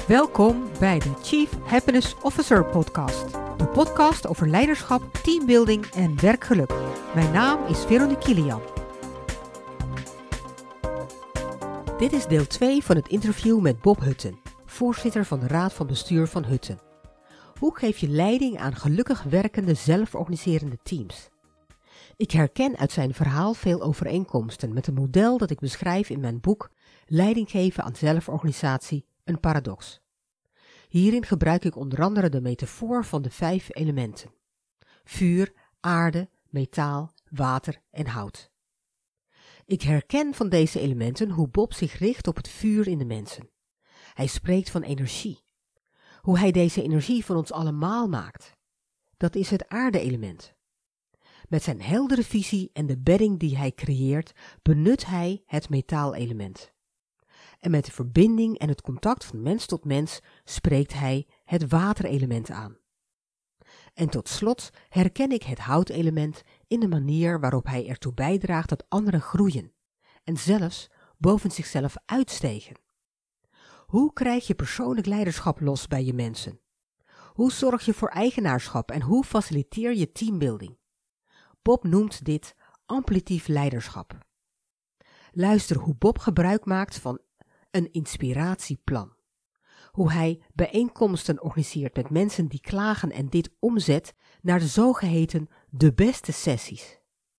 Welkom bij de Chief Happiness Officer podcast. De podcast over leiderschap, teambuilding en werkgeluk. Mijn naam is Veronique Kilian. Dit is deel 2 van het interview met Bob Hutton, voorzitter van de Raad van Bestuur van Hutton. Hoe geef je leiding aan gelukkig werkende, zelforganiserende teams? Ik herken uit zijn verhaal veel overeenkomsten met een model dat ik beschrijf in mijn boek Leiding geven aan zelforganisatie, een paradox. Hierin gebruik ik onder andere de metafoor van de 5 elementen: vuur, aarde, metaal, water en hout. Ik herken van deze elementen hoe Bob zich richt op het vuur in de mensen. Hij spreekt van energie. Hoe hij deze energie van ons allemaal maakt. Dat is het aarde-element. Met zijn heldere visie en de bedding die hij creëert, benut hij het metaalelement. En met de verbinding en het contact van mens tot mens spreekt hij het waterelement aan. En tot slot herken ik het houtelement in de manier waarop hij ertoe bijdraagt dat anderen groeien en zelfs boven zichzelf uitstegen. Hoe krijg je persoonlijk leiderschap los bij je mensen? Hoe zorg je voor eigenaarschap en hoe faciliteer je teambuilding? Bob noemt dit amplitief leiderschap. Luister hoe Bob gebruik maakt van een inspiratieplan. Hoe hij bijeenkomsten organiseert met mensen die klagen en dit omzet naar de zogeheten de beste sessies.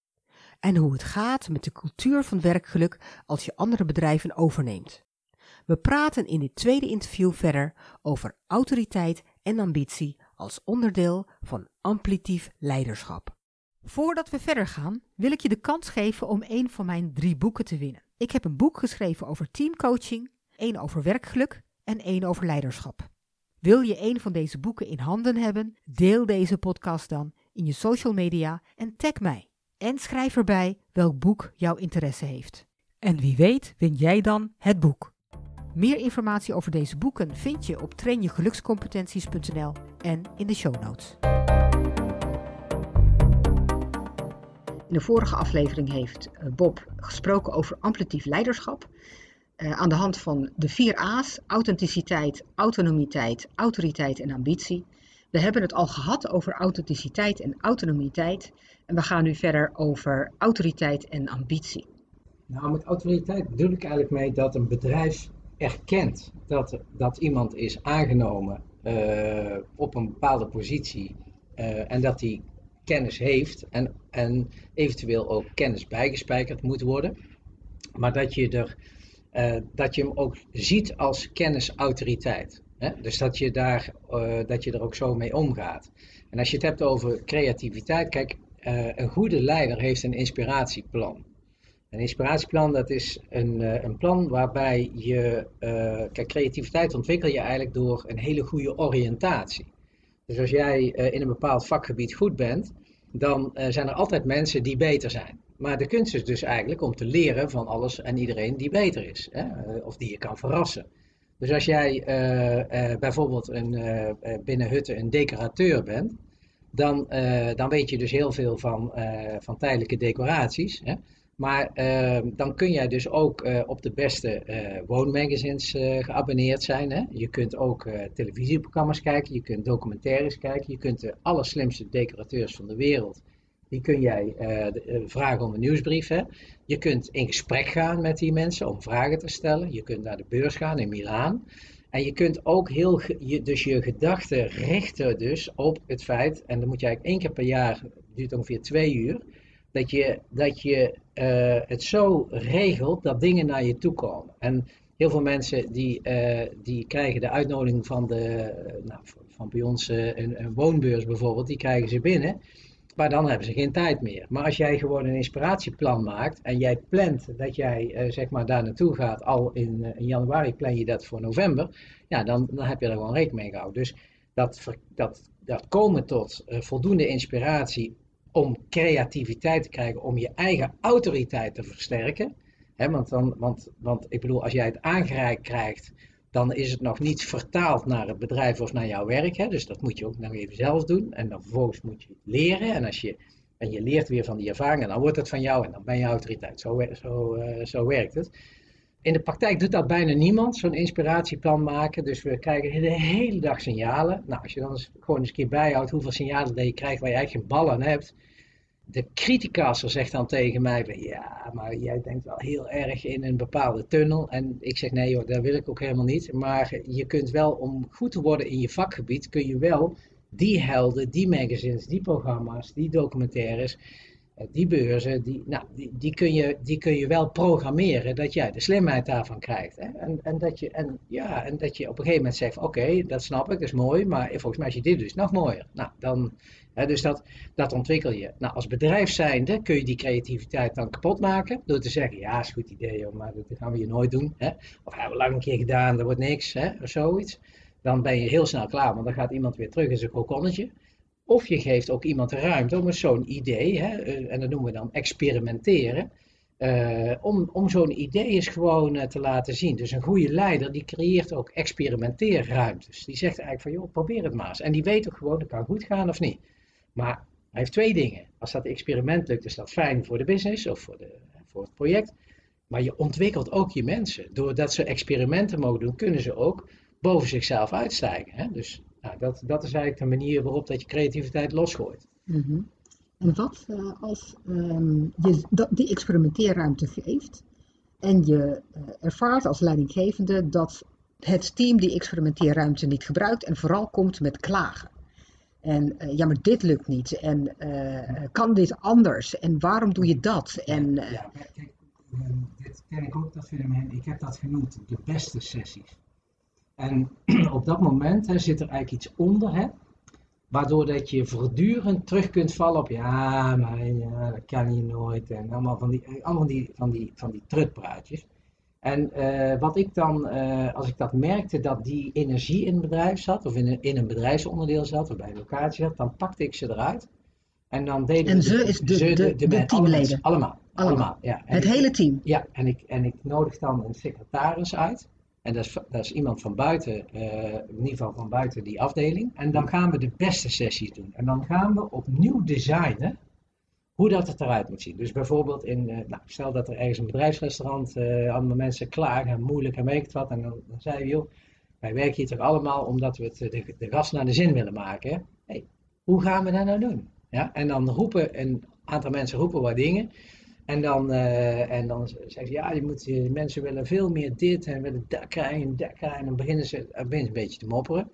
En hoe het gaat met de cultuur van werkgeluk als je andere bedrijven overneemt. We praten in dit tweede interview verder over autoriteit en ambitie als onderdeel van amplitief leiderschap. Voordat we verder gaan, wil ik je de kans geven om een van mijn 3 boeken te winnen. Ik heb een boek geschreven over teamcoaching, 1 over werkgeluk en 1 over leiderschap. Wil je een van deze boeken in handen hebben? Deel deze podcast dan in je social media en tag mij. En schrijf erbij welk boek jouw interesse heeft. En wie weet win jij dan het boek. Meer informatie over deze boeken vind je op trainjegelukscompetenties.nl en in de show notes. In de vorige aflevering heeft Bob gesproken over amplitief leiderschap. Aan de hand van de 4 A's: authenticiteit, autonomiteit, autoriteit en ambitie. We hebben het al gehad over authenticiteit en autonomiteit. En we gaan nu verder over autoriteit en ambitie. Nou, met autoriteit bedoel ik eigenlijk mee dat een bedrijf erkent dat iemand is aangenomen op een bepaalde positie en dat die kennis heeft en eventueel ook kennis bijgespijkerd moet worden, maar dat je hem ook ziet als kennisautoriteit. Hè? Dus dat je er ook zo mee omgaat. En als je het hebt over creativiteit, kijk, een goede leider heeft een inspiratieplan. Een inspiratieplan, dat is een plan waarbij je, kijk, creativiteit ontwikkel je eigenlijk door een hele goede oriëntatie. Dus als jij in een bepaald vakgebied goed bent, dan zijn er altijd mensen die beter zijn. Maar de kunst is dus eigenlijk om te leren van alles en iedereen die beter is. Hè? Of die je kan verrassen. Dus als jij bijvoorbeeld binnen Hutton een decorateur bent, dan weet je dus heel veel van tijdelijke decoraties. Hè? Maar dan kun jij dus ook op de beste woonmagazines geabonneerd zijn. Hè? Je kunt ook televisieprogramma's kijken, je kunt documentaires kijken, je kunt de allerslimste decorateurs van de wereld, die kun jij vragen om een nieuwsbrief. Hè? Je kunt in gesprek gaan met die mensen om vragen te stellen. Je kunt naar de beurs gaan in Milaan. En je kunt ook je gedachten richten dus op het feit, en dan moet je eigenlijk 1 keer per jaar, het duurt ongeveer 2 uur, dat je het zo regelt dat dingen naar je toe komen. En heel veel mensen die krijgen de uitnodiging van bij ons een woonbeurs bijvoorbeeld, die krijgen ze binnen. Maar dan hebben ze geen tijd meer. Maar als jij gewoon een inspiratieplan maakt en jij plant dat jij zeg maar daar naartoe gaat, al in januari plan je dat voor november, ja, dan heb je er gewoon rekening mee gehouden. Dus dat komen tot voldoende inspiratie om creativiteit te krijgen, om je eigen autoriteit te versterken. Hè, want ik bedoel, als jij het aangereikt krijgt, dan is het nog niet vertaald naar het bedrijf of naar jouw werk. Hè? Dus dat moet je ook nog even zelf doen. En dan vervolgens moet je het leren. En je leert weer van die ervaringen, dan wordt het van jou en dan ben je autoriteit. Zo werkt het. in de praktijk doet dat bijna niemand, zo'n inspiratieplan maken. Dus we krijgen de hele dag signalen. Nou, als je dan gewoon eens een keer bijhoudt hoeveel signalen dat je krijgt waar je eigenlijk geen bal aan hebt. De criticaster zegt dan tegen mij van, ja, maar jij denkt wel heel erg in een bepaalde tunnel. En ik zeg, nee joh, dat wil ik ook helemaal niet. Maar je kunt wel, om goed te worden in je vakgebied, kun je wel die helden, die magazines, die programma's, die documentaires, die beurzen, die kun je wel programmeren dat jij de slimheid daarvan krijgt. Hè? En dat je op een gegeven moment zegt, oké, dat snap ik, dat is mooi, maar volgens mij als je dit doet, is nog mooier. Nou, dan, dus dat ontwikkel je. Nou, als bedrijf zijnde kun je die creativiteit dan kapot maken door te zeggen, ja, is een goed idee, joh, maar dat gaan we hier nooit doen. Hè? Of hebben we lang een keer gedaan, dat wordt niks, hè? Of zoiets. Dan ben je heel snel klaar, want dan gaat iemand weer terug in zijn kokonnetje. Of je geeft ook iemand de ruimte om zo'n idee, hè, en dat noemen we dan experimenteren, om zo'n idee eens gewoon te laten zien. Dus een goede leider die creëert ook experimenteerruimtes. Die zegt eigenlijk van joh, probeer het maar eens. En die weet ook gewoon, dat kan goed gaan of niet. Maar hij heeft twee dingen. Als dat experiment lukt, is dat fijn voor de business of voor het project. Maar je ontwikkelt ook je mensen. Doordat ze experimenten mogen doen, kunnen ze ook boven zichzelf uitstijgen. Hè? Dus nou, dat is eigenlijk de manier waarop dat je creativiteit losgooit. Mm-hmm. En wat als je die experimenteerruimte geeft en je ervaart als leidinggevende dat het team die experimenteerruimte niet gebruikt en vooral komt met klagen. En ja, maar dit lukt niet. En kan dit anders? En waarom doe je dat? En, ja, kijk, dit ken ik ook, dat fenomeen. Ik heb dat genoemd de beste sessies. En op dat moment zit er eigenlijk iets onder, hè, waardoor dat je voortdurend terug kunt vallen op ja, maar ja, dat kan hier nooit. En allemaal van die trutpraatjes. En wat ik dan, als ik dat merkte dat die energie in het bedrijf zat, of in een bedrijfsonderdeel zat, of bij een locatie zat, dan pakte ik ze eruit. En dan deden en ze is de teamleden? Allemaal, ja. Het hele team? Ja, en ik nodig dan een secretaris uit. En dat is iemand van buiten, in ieder geval van buiten die afdeling. En dan gaan we de beste sessies doen. En dan gaan we opnieuw designen hoe dat het eruit moet zien. Dus bijvoorbeeld stel dat er ergens een bedrijfsrestaurant, allemaal mensen klagen en moeilijk en weet ik wat. En dan zei je, joh, wij werken hier toch allemaal omdat we de gast naar de zin willen maken. Hè? Hey, hoe gaan we dat nou doen? Ja? En dan roepen een aantal mensen wat dingen. En dan zeggen ze, ja, mensen willen veel meer dit en willen dat krijgen. En dan beginnen ze een beetje te mopperen.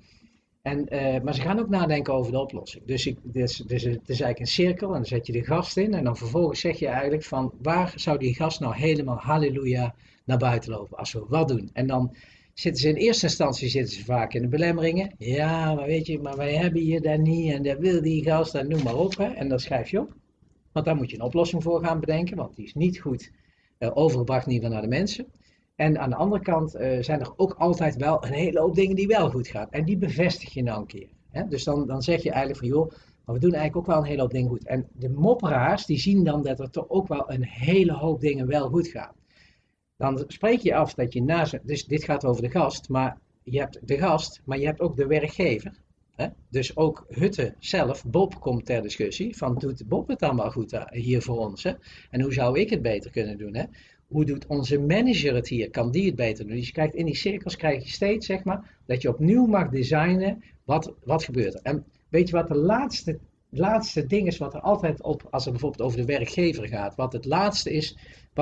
Maar ze gaan ook nadenken over de oplossing. Dus het is eigenlijk een cirkel en dan zet je de gast in. En dan vervolgens zeg je eigenlijk van, waar zou die gast nou helemaal halleluja naar buiten lopen als we wat doen? En dan zitten ze in eerste instantie vaak in de belemmeringen. Ja, maar weet je, maar wij hebben hier dat niet en dat wil die gast en noem maar op. Hè? En dat schrijf je op. Want daar moet je een oplossing voor gaan bedenken, want die is niet goed overgebracht in ieder geval naar de mensen. En aan de andere kant zijn er ook altijd wel een hele hoop dingen die wel goed gaan. En die bevestig je nou een keer. Hè? Dus dan zeg je eigenlijk van joh, maar we doen eigenlijk ook wel een hele hoop dingen goed. En de mopperaars die zien dan dat er toch ook wel een hele hoop dingen wel goed gaan. Dan spreek je af dat je dus dit gaat over de gast, maar je hebt de gast, maar je hebt ook de werkgever. Hè? Dus ook Hutte zelf, Bob komt ter discussie van doet Bob het dan wel goed hier voor ons? Hè? En hoe zou ik het beter kunnen doen? Hè? Hoe doet onze manager het hier? Kan die het beter doen? Dus je krijgt in die cirkels krijg je steeds zeg maar dat je opnieuw mag designen wat gebeurt er. En weet je wat de laatste ding is wat er altijd op, als het bijvoorbeeld over de werkgever gaat, wat het laatste is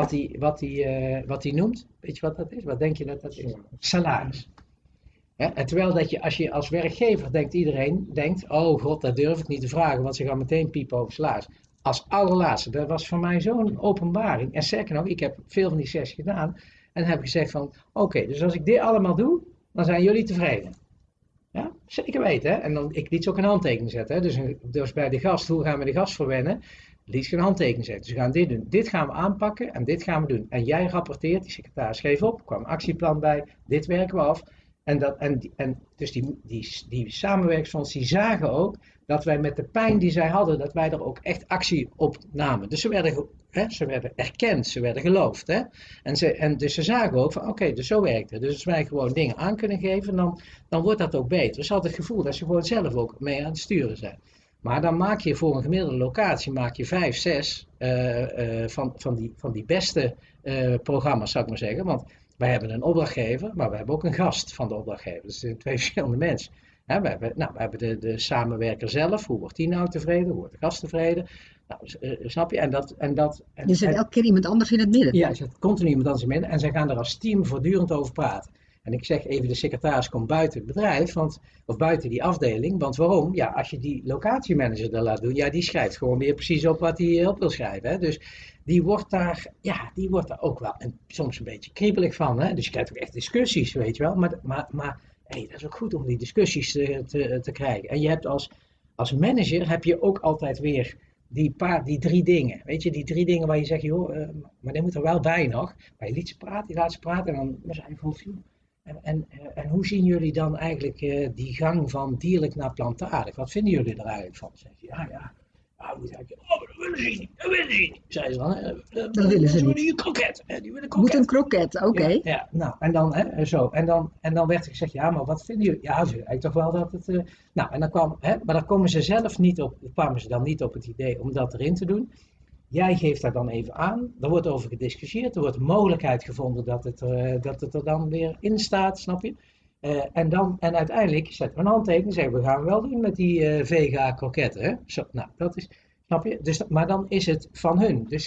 wat hij noemt? Weet je wat dat is? Wat denk je dat is? Salaris. Ja, en terwijl dat je als werkgever iedereen denkt, oh god, dat durf ik niet te vragen, want ze gaan meteen piepen over salaris. Als allerlaatste, dat was voor mij zo'n openbaring. En sterker nog, ik heb veel van die sessies gedaan en heb gezegd van, oké, dus als ik dit allemaal doe, dan zijn jullie tevreden. Ja, zeker weten. Hè? En dan, ik liet ze ook een handtekening zetten. Hè? Dus bij de gast, hoe gaan we de gast verwennen? Liet ze een handtekening zetten. Dus we gaan dit doen. Dit gaan we aanpakken en dit gaan we doen. En jij rapporteert, die secretaris geeft op, er kwam een actieplan bij, dit werken we af. Dus die samenwerkingsfonds die zagen ook dat wij met de pijn die zij hadden, dat wij er ook echt actie op namen. Dus ze werden erkend, ze werden geloofd. Hè? Dus ze zagen ook van oké, dus zo werkt het. Dus als wij gewoon dingen aan kunnen geven, dan wordt dat ook beter. Dus ze hadden het gevoel dat ze gewoon zelf ook mee aan het sturen zijn. Maar dan maak je voor een gemiddelde locatie 5, 6 van die beste programma's, zou ik maar zeggen. Want Wij hebben een opdrachtgever, maar we hebben ook een gast van de opdrachtgever. Dus het zijn twee verschillende mensen. We hebben de samenwerker zelf. Hoe wordt die nou tevreden? Hoe wordt de gast tevreden? Nou, snap je? Je zet elke keer iemand anders in het midden. Ja, je zet continu iemand anders in het midden. En zij gaan er als team voortdurend over praten. En ik zeg even, de secretaris komt buiten het bedrijf, of buiten die afdeling. Want waarom? Ja, als je die locatiemanager er laat doen, ja, die schrijft gewoon weer precies op wat hij op wil schrijven. Hè? Dus die wordt daar ook wel soms een beetje kriebelig van. Hè? Dus je krijgt ook echt discussies, weet je wel. Maar hey, dat is ook goed om die discussies te krijgen. En je hebt als manager heb je ook altijd weer die 3 dingen. Weet je, die 3 dingen waar je zegt, joh, maar die moet er wel bij nog. Maar je laat ze praten en dan zijn we gewoon. En hoe zien jullie dan eigenlijk die gang van dierlijk naar plantaardig? Wat vinden jullie er eigenlijk van? Zeg je, dat willen ze niet, dat willen ze niet. Zei ze dan, dat willen ze niet. Die kroket, die willen Moet een kroket, oké. Ja, nou, en dan, zo. En dan werd er gezegd, ja, maar wat vinden jullie? Ja, ze eigenlijk toch wel dat het... nou, en dan maar daar kwamen ze zelf niet op, het idee om dat erin te doen. Jij geeft daar dan even aan, er wordt over gediscussieerd, er wordt een mogelijkheid gevonden dat het er dan weer in staat, snap je? En uiteindelijk zetten we een handtekening en zeggen we gaan wel doen met die vega kroketten. Hè? Zo, nou, dat is, snap je? Dus, maar dan is het van hun. Dus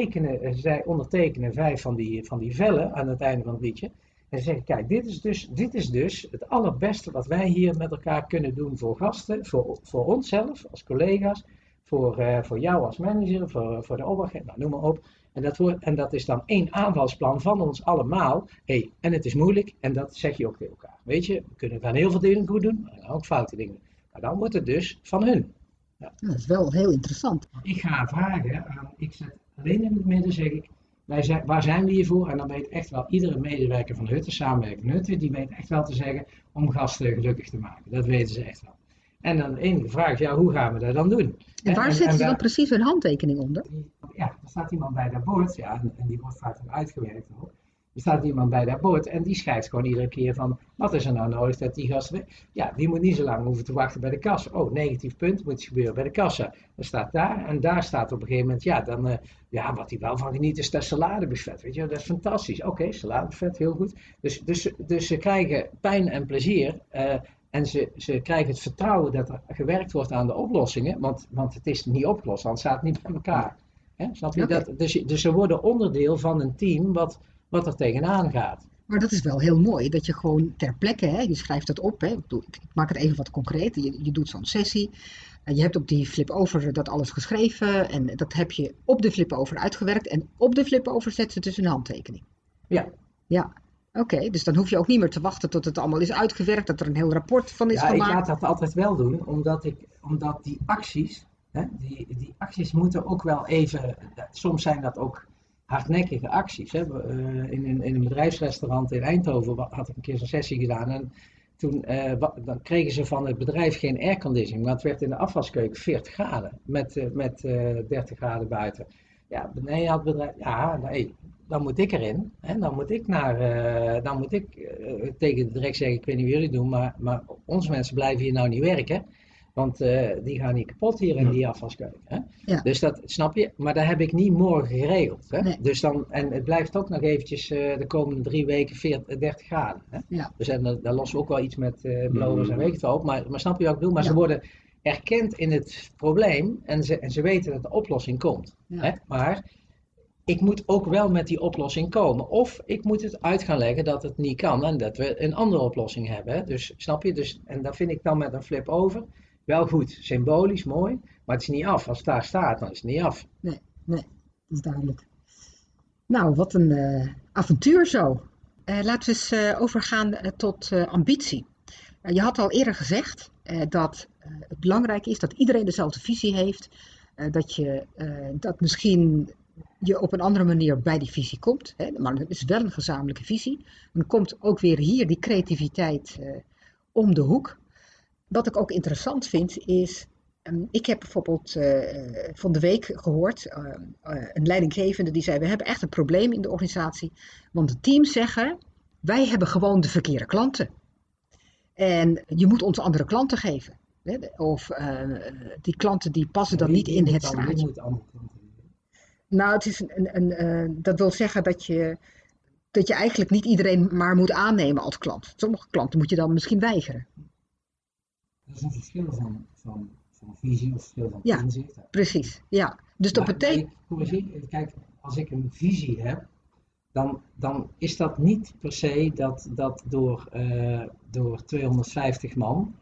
zij ondertekenen 5 van die vellen aan het einde van het liedje. En ze zeggen, kijk, dit is dus het allerbeste wat wij hier met elkaar kunnen doen voor gasten, voor onszelf als collega's. Voor jou als manager, voor de opdrachtgever, nou, noem maar op. En dat is dan 1 aanvalsplan van ons allemaal. Hey, en het is moeilijk en dat zeg je ook tegen elkaar. Weet je, we kunnen dan heel veel dingen goed doen, maar ook foute dingen. Maar dan wordt het dus van hun. Ja. Dat is wel heel interessant. Ik ga vragen ik zet alleen in het midden, zeg ik, waar zijn we hier voor? En dan weet echt wel iedere medewerker van Hutten, samenwerker van Hutten, die weet echt wel te zeggen om gasten gelukkig te maken. Dat weten ze echt wel. En dan de enige vraag is, ja, hoe gaan we dat dan doen? En waar zetten ze dan precies hun handtekening onder? Ja, er staat iemand bij dat bord, ja, en die wordt vaak uitgewerkt ook. Er staat iemand bij dat bord en die schrijft gewoon iedere keer van, wat is er nou nodig dat die gasten... Ja, die moet niet zo lang hoeven te wachten bij de kassa. Oh, negatief punt, moet iets gebeuren bij de kassa. Dat staat daar en daar staat op een gegeven moment, ja, dan... wat hij wel van geniet is dat saladebuffet, weet je, dat is fantastisch. Oké, saladebuffet, heel goed. Dus ze krijgen pijn en plezier... En ze krijgen het vertrouwen dat er gewerkt wordt aan de oplossingen, want het is niet opgelost, want het staat niet bij elkaar. Hè? Snap je? Okay. Dus ze worden onderdeel van een team wat er tegenaan gaat. Maar dat is wel heel mooi, dat je gewoon ter plekke, hè, je schrijft het op, hè, ik maak het even wat concreet, je doet zo'n sessie, je hebt op die flip-over dat alles geschreven en dat heb je op de flip-over uitgewerkt en op de flip-over zet ze dus een handtekening. Ja. Oké, dus dan hoef je ook niet meer te wachten tot het allemaal is uitgewerkt, dat er een heel rapport van is gemaakt. Ja, ik laat dat altijd wel doen, omdat die acties, hè, die acties moeten ook wel even, soms zijn dat ook hardnekkige acties. Hè. In een bedrijfsrestaurant in Eindhoven had ik een keer zo'n sessie gedaan en toen dan kregen ze van het bedrijf geen airconditioning, want het werd in de afwaskeuken 40 graden met 30 graden buiten. Ja, beneden had het bedrijf, nee. Dan moet ik erin. Hè? Dan moet ik tegen de direct zeggen, ik weet niet wat jullie doen, maar onze mensen blijven hier nou niet werken. Want die gaan niet kapot hier in die afwaskeuken. Hè? Ja. Dus dat snap je, maar dat heb ik niet morgen geregeld. Hè? Nee. Dus en het blijft ook nog eventjes de komende 3 weken 30 graden. Hè? Ja. Dus daar lossen we ook wel iets met blowers en weet het wel op. Maar snap je wat ik bedoel? Maar ze worden erkend in het probleem en ze weten dat de oplossing komt. Ja. Hè? Maar ik moet ook wel met die oplossing komen. Of ik moet het uit gaan leggen dat het niet kan en dat we een andere oplossing hebben. Hè? Dus snap je? En dat vind ik dan met een flip over wel goed. Symbolisch, mooi, maar het is niet af. Als het daar staat, dan is het niet af. Nee, dat is duidelijk. Nou, wat een avontuur zo. Laten we eens overgaan tot ambitie. Je had al eerder gezegd dat het belangrijk is dat iedereen dezelfde visie heeft. Dat misschien je op een andere manier bij die visie komt. Hè, maar het is wel een gezamenlijke visie. Dan komt ook weer hier die creativiteit om de hoek. Wat ik ook interessant vind is, ik heb bijvoorbeeld van de week gehoord, een leidinggevende die zei, we hebben echt een probleem in de organisatie. Want de teams zeggen, wij hebben gewoon de verkeerde klanten. En je moet ons andere klanten geven. Hè? Of die klanten die passen dan niet in het straatje. Nou, het is dat wil zeggen dat je dat je eigenlijk niet iedereen maar moet aannemen als klant. Sommige klanten moet je dan misschien weigeren. Dat is een verschil van visie of verschil van Ja, inzicht. precies. Ja. Dus dat betekent... Maar corrigeer, kijk, als ik een visie heb, dan is dat niet per se dat door 250 man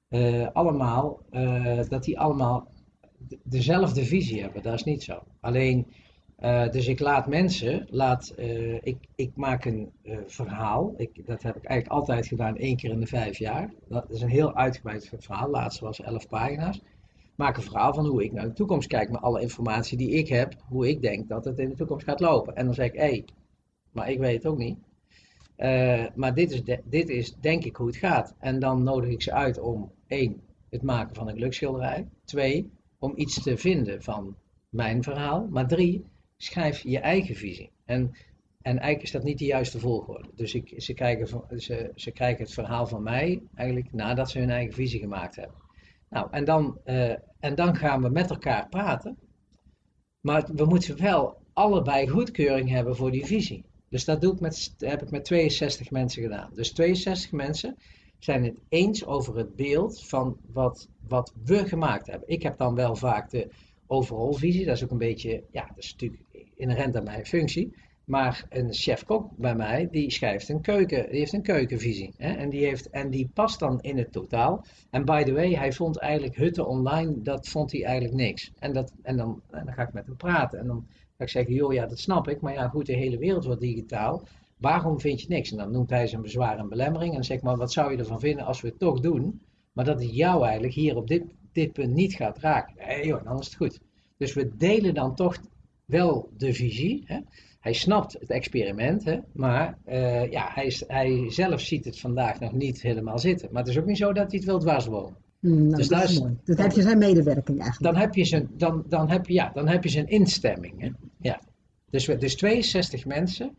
dat die allemaal dezelfde visie hebben. Dat is niet zo. Alleen, dus ik laat mensen, ik maak een verhaal. Dat heb ik eigenlijk altijd gedaan, 1 keer in de 5 jaar. Dat is een heel uitgebreid verhaal. Laatst was 11 pagina's. Maak een verhaal van hoe ik naar de toekomst kijk met alle informatie die ik heb, hoe ik denk dat het in de toekomst gaat lopen. En dan zeg ik, maar ik weet het ook niet. Maar dit is denk ik hoe het gaat. En dan nodig ik ze uit om 1, het maken van een geluksschilderij. 2, om iets te vinden van mijn verhaal. Maar 3, schrijf je eigen visie. En eigenlijk is dat niet de juiste volgorde. Dus ze krijgen het verhaal van mij eigenlijk nadat ze hun eigen visie gemaakt hebben. Nou, en dan gaan we met elkaar praten. Maar we moeten wel allebei goedkeuring hebben voor die visie. Dus dat heb ik met 62 mensen gedaan. Dus 62 mensen zijn het eens over het beeld van wat we gemaakt hebben. Ik heb dan wel vaak de overall visie. Dat is ook een beetje, ja, dat is natuurlijk inherent aan mijn functie. Maar een chef-kok bij mij, die heeft een keukenvisie. Hè? En die past dan in het totaal. En by the way, hij vond eigenlijk Hutten online, dat vond hij eigenlijk niks. En dan ga ik met hem praten. En dan ga ik zeggen, joh, ja, dat snap ik. Maar ja, goed, de hele wereld wordt digitaal. Waarom vind je niks? En dan noemt hij zijn bezwaar en belemmering. En dan zeg ik, maar wat zou je ervan vinden als we het toch doen? Maar dat het jou eigenlijk hier op dit punt niet gaat raken. Nee joh, dan is het goed. Dus we delen dan toch wel de visie, hè? Hij snapt het experiment, hè? Maar hij zelf ziet het vandaag nog niet helemaal zitten. Maar het is ook niet zo dat hij het wil dwarsbomen. Nou, dus dat is mooi. Dan heb je zijn medewerking eigenlijk. Dan heb je zijn instemming. Hè? Ja. Dus 62 mensen,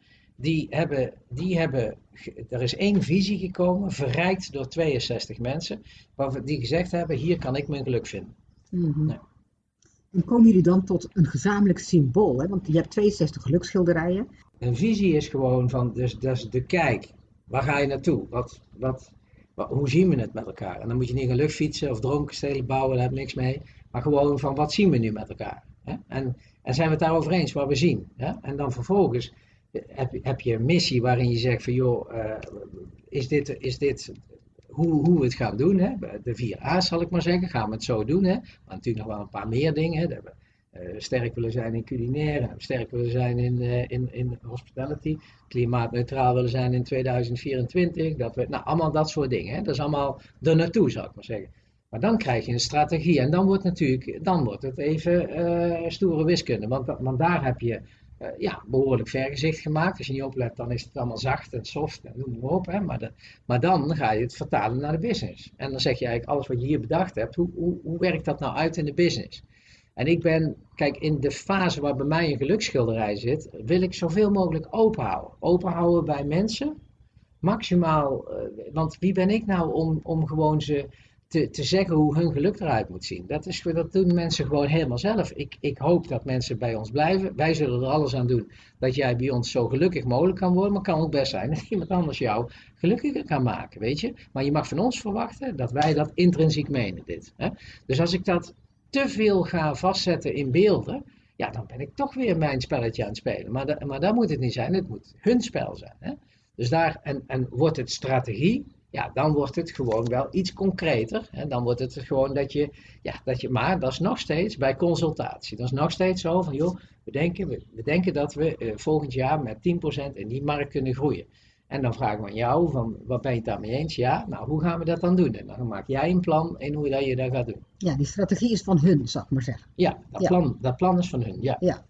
er is 1 visie gekomen, verrijkt door 62 mensen, die gezegd hebben, hier kan ik mijn geluk vinden. Mm-hmm. Ja. En komen jullie dan tot een gezamenlijk symbool? Hè? Want je hebt 62 geluksschilderijen. Een visie is gewoon van, dus dat is de kijk. Waar ga je naartoe? Hoe zien we het met elkaar? En dan moet je niet gaan luchtfietsen of droomkastelen bouwen, daar heb ik niks mee. Maar gewoon van, wat zien we nu met elkaar? Hè? En zijn we het daarover eens, wat we zien? Hè? En dan vervolgens heb je een missie waarin je zegt van, joh, is dit hoe we het gaan doen, hè? De 4 A's zal ik maar zeggen, gaan we het zo doen, hè? Maar natuurlijk nog wel een paar meer dingen, hè? Dat we sterk willen zijn in culinair, sterk willen zijn in hospitality, klimaatneutraal willen zijn in 2024, allemaal dat soort dingen, hè? Dat is allemaal er naartoe, zal ik maar zeggen. Maar dan krijg je een strategie en dan wordt het even stoere wiskunde, want daar heb je behoorlijk vergezicht gemaakt. Als je niet oplet, dan is het allemaal zacht en soft en noem maar op. Hè? Maar dan ga je het vertalen naar de business. En dan zeg je eigenlijk alles wat je hier bedacht hebt, hoe werkt dat nou uit in de business? En kijk, in de fase waar bij mij een geluksschilderij zit, wil ik zoveel mogelijk open houden. Open houden bij mensen, maximaal, want wie ben ik nou om gewoon ze te zeggen hoe hun geluk eruit moet zien. Dat doen mensen gewoon helemaal zelf. Ik hoop dat mensen bij ons blijven. Wij zullen er alles aan doen dat jij bij ons zo gelukkig mogelijk kan worden. Maar het kan ook best zijn dat iemand anders jou gelukkiger kan maken, weet je. Maar je mag van ons verwachten dat wij dat intrinsiek menen, dit. Hè? Dus als ik dat te veel ga vastzetten in beelden, ja, dan ben ik toch weer mijn spelletje aan het spelen. Maar dat moet het niet zijn. Het moet hun spel zijn. Hè? Dus en wordt het strategie, ja, dan wordt het gewoon wel iets concreter. En dan wordt het gewoon maar dat is nog steeds bij consultatie. Dat is nog steeds zo van, joh, we denken dat we volgend jaar met 10% in die markt kunnen groeien. En dan vragen we aan jou, van, wat ben je het daarmee eens? Ja, nou, hoe gaan we dat dan doen? En dan maak jij een plan in hoe je dat gaat doen. Ja, die strategie is van hun, zal ik maar zeggen. Ja, dat plan is van hun, ja.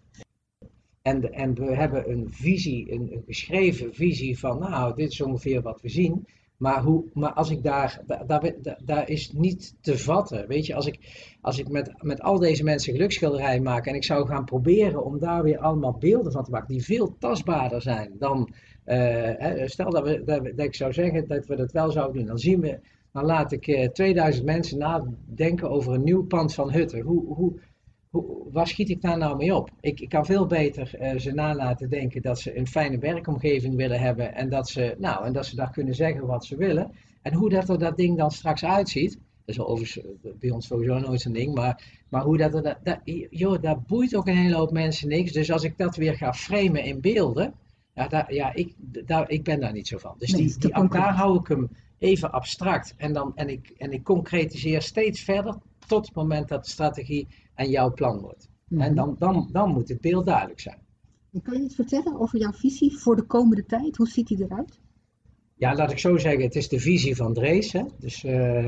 En we hebben een visie, een geschreven visie van, nou, dit is ongeveer wat we zien. Maar als ik daar is niet te vatten. Weet je, als ik met al deze mensen geluksschilderijen maak en ik zou gaan proberen om daar weer allemaal beelden van te maken die veel tastbaarder zijn dan, stel dat ik zou zeggen dat we dat wel zouden doen, dan laat ik 2000 mensen nadenken over een nieuw pand van Hutten. waar schiet ik daar nou mee op? Ik kan veel beter ze nalaten denken dat ze een fijne werkomgeving willen hebben en dat ze daar kunnen zeggen wat ze willen. En hoe dat ding dan straks uitziet, dat is overigens bij ons sowieso nooit zo'n ding, maar hoe dat boeit ook een hele hoop mensen niks. Dus als ik dat weer ga framen in beelden, ik ben daar niet zo van. Dus Nee, daar hou ik hem even abstract en ik concretiseer steeds verder tot het moment dat de strategie en jouw plan wordt. En dan moet het beeld duidelijk zijn. En kan je iets vertellen over jouw visie voor de komende tijd? Hoe ziet die eruit? Ja, laat ik zo zeggen, het is de visie van Drees. Hè? Dus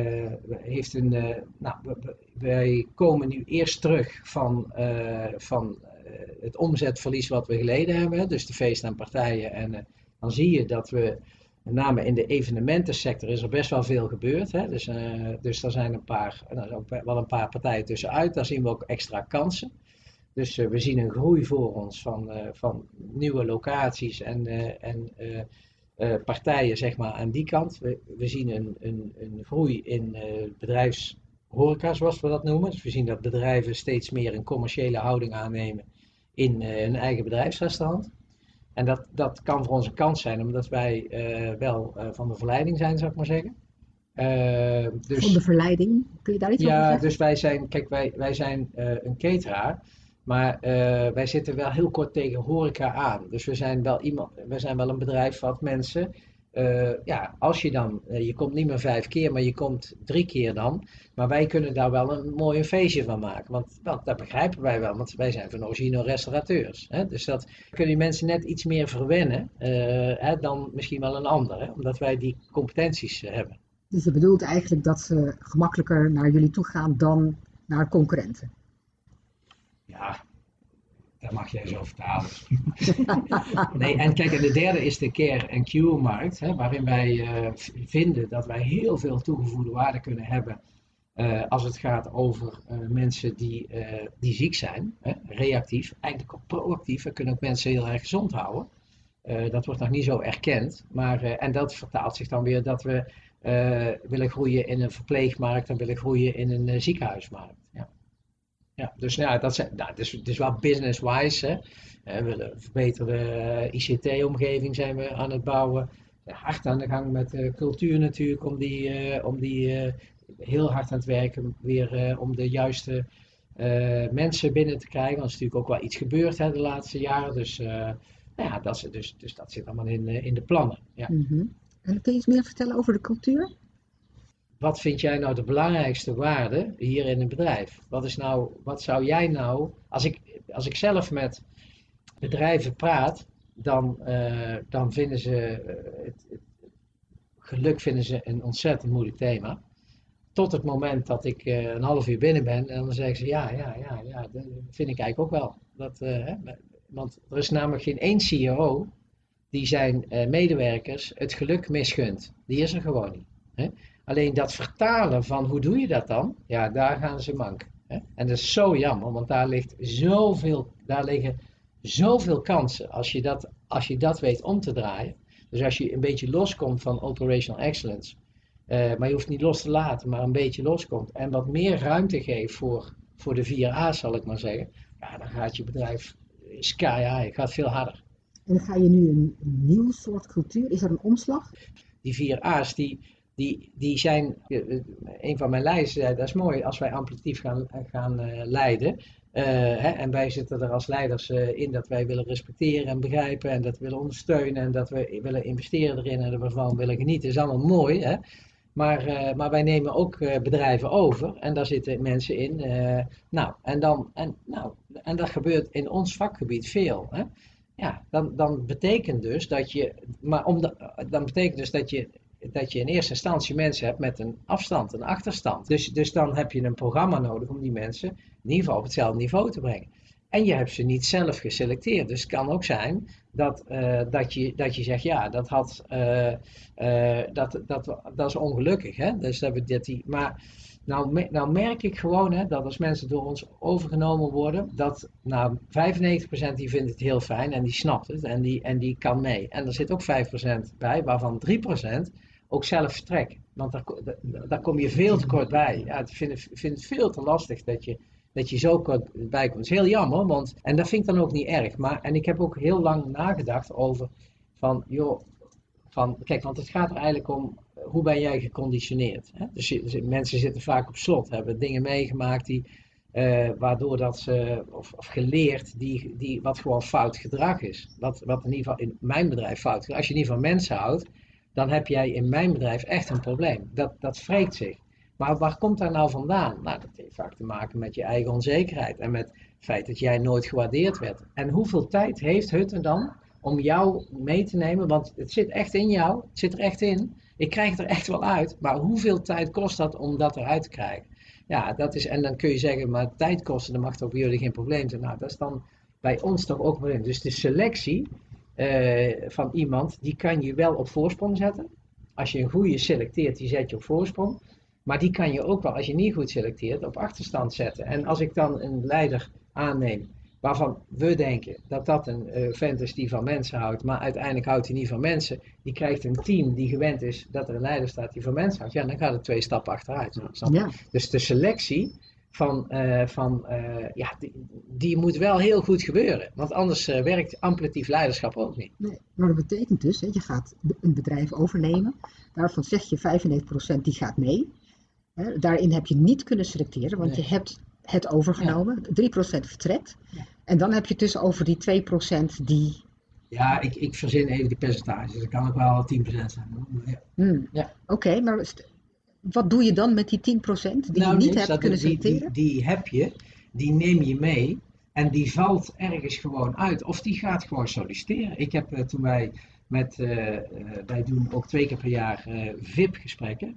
wij komen nu eerst terug van het omzetverlies wat we geleden hebben. Dus de feesten en partijen. En dan zie je dat we, met name in de evenementensector, is er best wel veel gebeurd. Hè? Dus er zijn ook wel een paar partijen tussenuit. Daar zien we ook extra kansen. Dus we zien een groei voor ons van nieuwe locaties en partijen zeg maar aan die kant. We zien een groei in bedrijfshoreca zoals we dat noemen. Dus we zien dat bedrijven steeds meer een commerciële houding aannemen in hun eigen bedrijfsrestaurant. En dat kan voor ons een kans zijn omdat wij wel van de verleiding zijn, zou ik maar zeggen. Van de verleiding, kun je daar iets over zeggen? Ja, dus wij zijn een cateraar. Maar wij zitten wel heel kort tegen horeca aan. Dus we zijn wel een bedrijf wat mensen, als je dan, je komt niet meer 5 keer, maar je komt 3 keer dan. Maar wij kunnen daar wel een mooi feestje van maken. Want dat begrijpen wij wel, want wij zijn van origine restaurateurs. Hè? Dus dat kunnen die mensen net iets meer verwennen dan misschien wel een ander. Hè? Omdat wij die competenties hebben. Dus je bedoelt eigenlijk dat ze gemakkelijker naar jullie toe gaan dan naar concurrenten? Ja, dat mag jij zo vertalen. Nee, en kijk, en de derde is de care and cure markt, waarin wij vinden dat wij heel veel toegevoegde waarde kunnen hebben als het gaat over mensen die ziek zijn, reactief, eigenlijk ook proactief. We kunnen ook mensen heel erg gezond houden. Dat wordt nog niet zo erkend, en dat vertaalt zich dan weer dat we willen groeien in een verpleegmarkt en willen groeien in een ziekenhuismarkt. Ja. Ja, dus het is wel business-wise. We willen een verbeterde ICT-omgeving zijn we aan het bouwen. Hard aan de gang met cultuur natuurlijk, om die heel hard aan het werken weer om de juiste mensen binnen te krijgen. Er is natuurlijk ook wel iets gebeurd de laatste jaren. Dus dat zit allemaal in de plannen. Ja. Mm-hmm. En kun je iets meer vertellen over de cultuur? Wat vind jij nou de belangrijkste waarde hier in een bedrijf? Wat zou jij nou, als ik zelf met bedrijven praat, dan vinden ze het geluk een ontzettend moeilijk thema. Tot het moment dat ik een half uur binnen ben en dan zeggen ze ja, dat vind ik eigenlijk ook wel. Want er is namelijk geen één CEO die zijn medewerkers het geluk misgunt. Die is er gewoon niet. Hè? Alleen dat vertalen van hoe doe je dat dan? Ja, daar gaan ze mank. Hè? En dat is zo jammer, want daar liggen zoveel kansen als je dat weet om te draaien. Dus als je een beetje loskomt van operational excellence, maar je hoeft niet los te laten, maar een beetje loskomt en wat meer ruimte geeft voor de 4 A's, zal ik maar zeggen, ja, dan gaat je bedrijf sky high, gaat veel harder. En ga je nu een nieuw soort cultuur? Is er een omslag? Die 4 A's die zijn, een van mijn leiders zei, dat is mooi als wij amplitief gaan leiden. En wij zitten er als leiders in dat wij willen respecteren en begrijpen en dat we willen ondersteunen en dat we willen investeren erin en ervan willen genieten. Dat is allemaal mooi, hè? Maar wij nemen ook bedrijven over en daar zitten mensen in. En dat gebeurt in ons vakgebied veel. Hè? Ja, dan betekent dus dat je, dat je in eerste instantie mensen hebt met een afstand, een achterstand. Dus dan heb je een programma nodig om die mensen in ieder geval op hetzelfde niveau te brengen. En je hebt ze niet zelf geselecteerd. Dus het kan ook zijn dat je zegt, ja, dat is ongelukkig. Hè? Dus maar nou merk ik gewoon dat als mensen door ons overgenomen worden, dat 95% die vindt het heel fijn en die snapt het en die kan mee. En er zit ook 5% bij, waarvan 3% ook zelf vertrekken. Want daar kom je veel te kort bij. Ja, ik vind het veel te lastig dat je dat je zo kort bij komt. Dat is heel jammer, en dat vind ik dan ook niet erg. En ik heb ook heel lang nagedacht over van, joh, kijk, want het gaat er eigenlijk om, hoe ben jij geconditioneerd? Hè? Dus mensen zitten vaak op slot, hebben dingen meegemaakt waardoor dat ze, of geleerd, wat gewoon fout gedrag is. Wat in ieder geval in mijn bedrijf fout gedrag. Als je niet van mensen houdt, dan heb jij in mijn bedrijf echt een probleem. Dat wreekt zich. Maar waar komt dat nou vandaan? Nou, dat heeft vaak te maken met je eigen onzekerheid en met het feit dat jij nooit gewaardeerd werd. En hoeveel tijd heeft Hutten dan om jou mee te nemen? Want het zit echt in jou, het zit er echt in. Ik krijg het er echt wel uit, maar hoeveel tijd kost dat om dat eruit te krijgen? Ja, dat is, en dan kun je zeggen, maar tijd kosten, dan mag toch bij jullie geen probleem zijn. Nou, dat is dan bij ons toch ook een probleem. Dus de selectie van iemand, die kan je wel op voorsprong zetten. Als je een goede selecteert, die zet je op voorsprong. Maar die kan je ook wel, als je niet goed selecteert, op achterstand zetten. En als ik dan een leider aanneem, waarvan we denken dat dat een vent is die van mensen houdt, maar uiteindelijk houdt hij niet van mensen, die krijgt een team die gewend is dat er een leider staat die van mensen houdt, ja, dan gaat het 2 stappen achteruit. Ja. Dus de selectie die moet wel heel goed gebeuren, want anders werkt amplitief leiderschap ook niet. Nee, maar dat betekent dus, hè, je gaat een bedrijf overnemen, daarvan zeg je 95% die gaat mee. Hè, daarin heb je niet kunnen selecteren, want je hebt het overgenomen, 3% vertrekt. Ja. En dan heb je dus over die 2% die... Ja, ik verzin even die percentages, dat kan ook wel 10% zijn. Ja. Oké, maar wat doe je dan met die 10% die je niet hebt kunnen selecteren? Die heb je, die neem je mee en die valt ergens gewoon uit. Of die gaat gewoon solliciteren. Ik heb toen wij doen ook 2 keer per jaar VIP-gesprekken.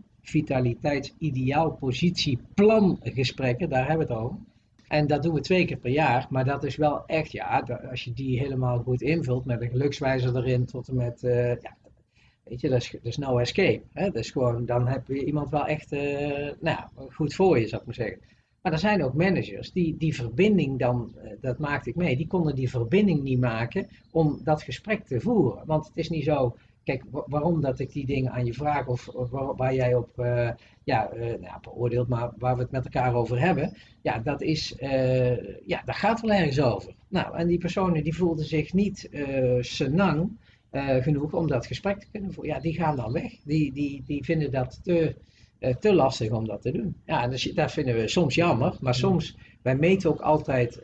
Vitaliteits-ideaal-positieplan-gesprekken, daar hebben we het over. En dat doen we 2 keer per jaar, maar dat is wel echt, ja, als je die helemaal goed invult met een gelukswijzer erin tot en met, weet je, dat is no escape. Hè? Dat is gewoon, dan heb je iemand wel echt goed voor je, zou ik maar zeggen. Maar er zijn ook managers die verbinding dan, dat maakte ik mee, die konden die verbinding niet maken om dat gesprek te voeren. Want het is niet zo, kijk, waarom dat ik die dingen aan je vraag of waar jij op beoordeelt, maar waar we het met elkaar over hebben, ja, dat is, daar gaat wel ergens over. Nou, en die personen die voelden zich niet senang genoeg om dat gesprek te kunnen voeren. Ja, die gaan dan weg. Die vinden dat te lastig om dat te doen. Ja, en dat vinden we soms jammer, maar soms, wij meten ook altijd,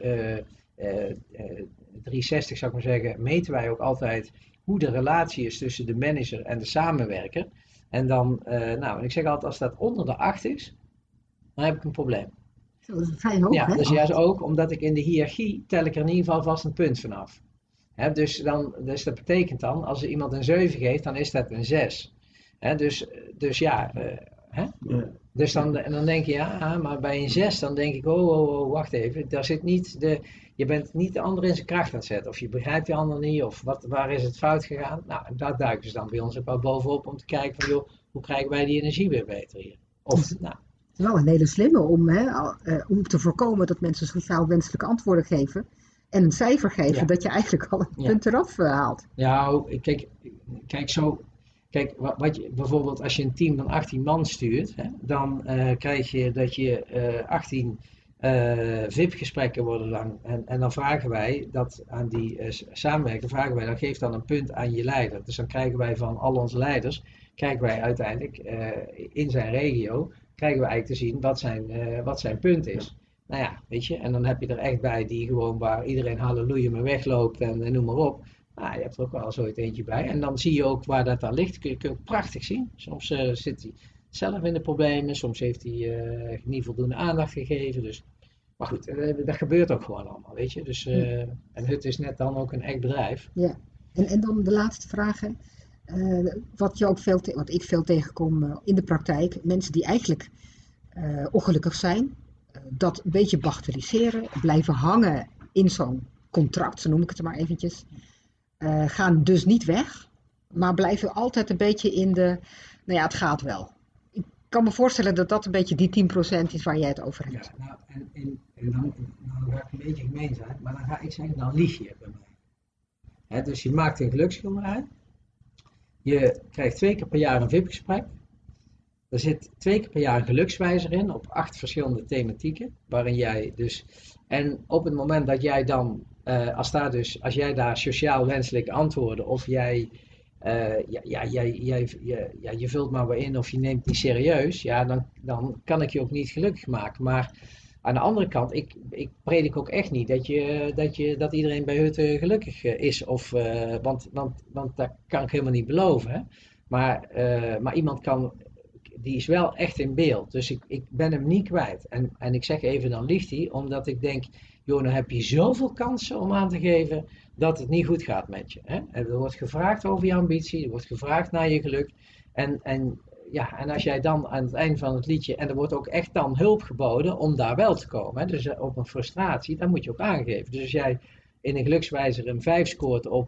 360 zou ik maar zeggen, meten wij ook altijd hoe de relatie is tussen de manager en de samenwerker. En dan, en ik zeg altijd, als dat onder de 8 is, dan heb ik een probleem. Dat is vrij hoog, ja, hè? Dus juist ook omdat ik in de hiërarchie tel ik er in ieder geval vast een punt vanaf. Hè, dus dat betekent dan, als er iemand een 7 geeft, dan is dat een 6. Hè, dus ja. Dus dan denk je, ja, maar bij een 6 dan denk ik, wacht even, daar zit niet je bent niet de ander in zijn kracht aan het zetten. Of je begrijpt die ander niet, of waar is het fout gegaan? Nou, en daar duiken ze dan bij ons ook wel bovenop om te kijken van, joh, hoe krijgen wij die energie weer beter hier? Het is wel een hele slimme om te voorkomen dat mensen sociaal wenselijke antwoorden geven en een cijfer geven, dat je eigenlijk al een punt eraf haalt. Ja, kijk, wat je, bijvoorbeeld als je een team van 18 man stuurt, hè, dan krijg je dat je 18 VIP-gesprekken worden lang. En dan vragen wij dat aan die samenwerker, dan geef dan een punt aan je leider. Dus dan krijgen wij van al onze leiders, krijgen wij uiteindelijk in zijn regio, krijgen we eigenlijk te zien wat zijn punt is. Nou ja, weet je, en dan heb je er echt bij die gewoon waar iedereen halleluja mee wegloopt en noem maar op. Nou, je hebt er ook wel zoiets eentje bij. En dan zie je ook waar dat daar ligt. Kun je ook prachtig zien. Soms zit hij zelf in de problemen. Soms heeft hij niet voldoende aandacht gegeven. Dus. Maar goed, dat gebeurt ook gewoon allemaal, weet je. Dus, en het is net dan ook een echt bedrijf. Ja, en dan de laatste vraag. Wat ik veel tegenkom in de praktijk. Mensen die eigenlijk ongelukkig zijn. Dat een beetje bagatelliseren. Blijven hangen in zo'n contract, zo noem ik het er maar eventjes. Gaan dus niet weg, maar blijven altijd een beetje in de, het gaat wel. Ik kan me voorstellen dat dat een beetje die 10% is waar jij het over hebt. Ja, nou, en dan ga ik een beetje gemeen zijn, maar dan ga ik zeggen, dan lieg je bij mij. Hè, dus je maakt een geluksschilderij, je krijgt 2 keer per jaar een VIP-gesprek, Er zit 2 keer per jaar een gelukswijzer in op 8 verschillende thematieken. Waarin jij dus. En op het moment dat jij dan, als jij daar sociaal wenselijk antwoorden of jij. Je vult maar weer in of je neemt het niet serieus. Ja, dan kan ik je ook niet gelukkig maken. Maar aan de andere kant, ik predik ook echt niet dat iedereen bij Hutten gelukkig is. Want dat kan ik helemaal niet beloven. Hè? Maar iemand die is wel echt in beeld. Dus ik ben hem niet kwijt. En ik zeg even, dan liegt hij, omdat ik denk, joh, dan heb je zoveel kansen om aan te geven dat het niet goed gaat met je. Hè? En er wordt gevraagd over je ambitie, er wordt gevraagd naar je geluk. En als jij dan aan het eind van het liedje, en er wordt ook echt dan hulp geboden om daar wel te komen. Hè? Dus op een frustratie, dan moet je ook aangeven. Dus als jij in een gelukswijzer een 5 scoort op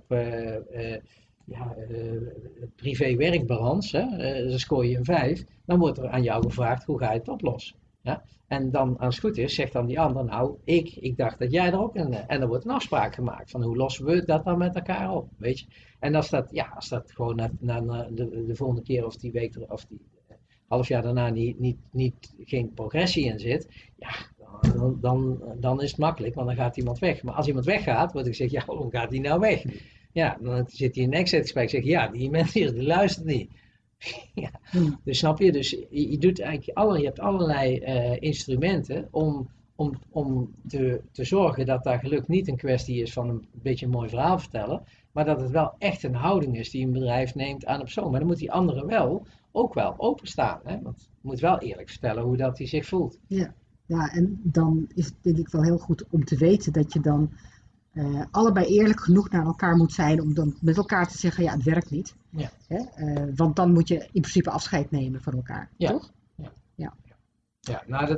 privé-werkbalans, dan scoor je een 5, dan wordt er aan jou gevraagd, hoe ga je het oplossen? Ja? En dan, als het goed is, zegt dan die ander, nou, ik dacht dat jij er ook en er wordt een afspraak gemaakt van hoe lossen we dat dan met elkaar op, weet je. En als dat gewoon na de volgende keer of die week of die half jaar daarna geen progressie in zit, ja, dan is het makkelijk, want dan gaat iemand weg. Maar als iemand weggaat, wordt ik zeg, ja, hoe gaat die nou weg? Ja, dan zit hij in een exit-gesprek en zegt, ja, die mensen hier, die luistert niet. Ja. Dus snap je, dus je doet eigenlijk je hebt allerlei instrumenten om te zorgen dat daar geluk niet een kwestie is van een beetje een mooi verhaal vertellen, maar dat het wel echt een houding is die een bedrijf neemt aan een persoon. Maar dan moet die andere ook wel openstaan, hè? Want je moet wel eerlijk vertellen hoe dat hij zich voelt. Ja, en dan is het denk ik wel heel goed om te weten dat je dan allebei eerlijk genoeg naar elkaar moet zijn om dan met elkaar te zeggen, ja, het werkt niet. Ja. Want dan moet je in principe afscheid nemen van elkaar, toch? Ja, nou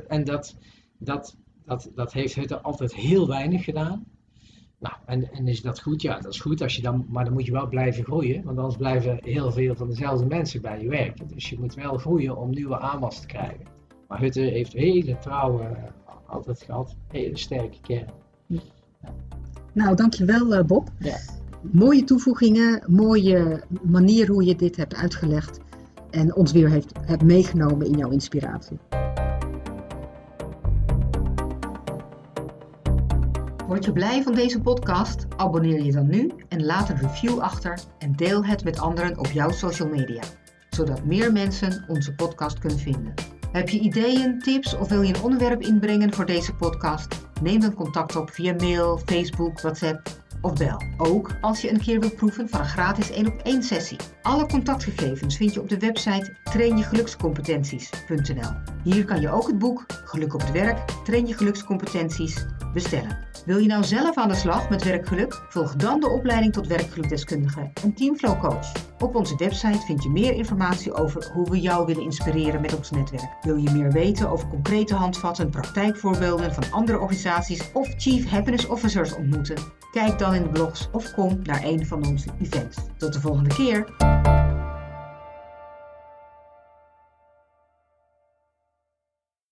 dat heeft Hutten altijd heel weinig gedaan. Nou, en is dat goed? Ja, dat is goed. Maar dan moet je wel blijven groeien, want anders blijven heel veel van dezelfde mensen bij je werken. Dus je moet wel groeien om nieuwe aanwas te krijgen. Maar Hutten heeft hele trouwe, altijd gehad, hele sterke kern. Ja. Nou, dankjewel Bob. Ja. Mooie toevoegingen, mooie manier hoe je dit hebt uitgelegd en ons weer hebt meegenomen in jouw inspiratie. Word je blij van deze podcast? Abonneer je dan nu en laat een review achter en deel het met anderen op jouw social media, zodat meer mensen onze podcast kunnen vinden. Heb je ideeën, tips of wil je een onderwerp inbrengen voor deze podcast? Neem dan contact op via mail, Facebook, WhatsApp of bel. Ook als je een keer wilt proeven van een gratis 1-op-1 sessie. Alle contactgegevens vind je op de website trainjegelukscompetenties.nl. Hier kan je ook het boek Geluk op het werk, Train je gelukscompetenties bestellen. Wil je nou zelf aan de slag met werkgeluk? Volg dan de opleiding tot werkgelukdeskundige en Teamflow Coach. Op onze website vind je meer informatie over hoe we jou willen inspireren met ons netwerk. Wil je meer weten over concrete handvatten, praktijkvoorbeelden van andere organisaties of Chief Happiness Officers ontmoeten? Kijk dan in de blogs of kom naar een van onze events. Tot de volgende keer!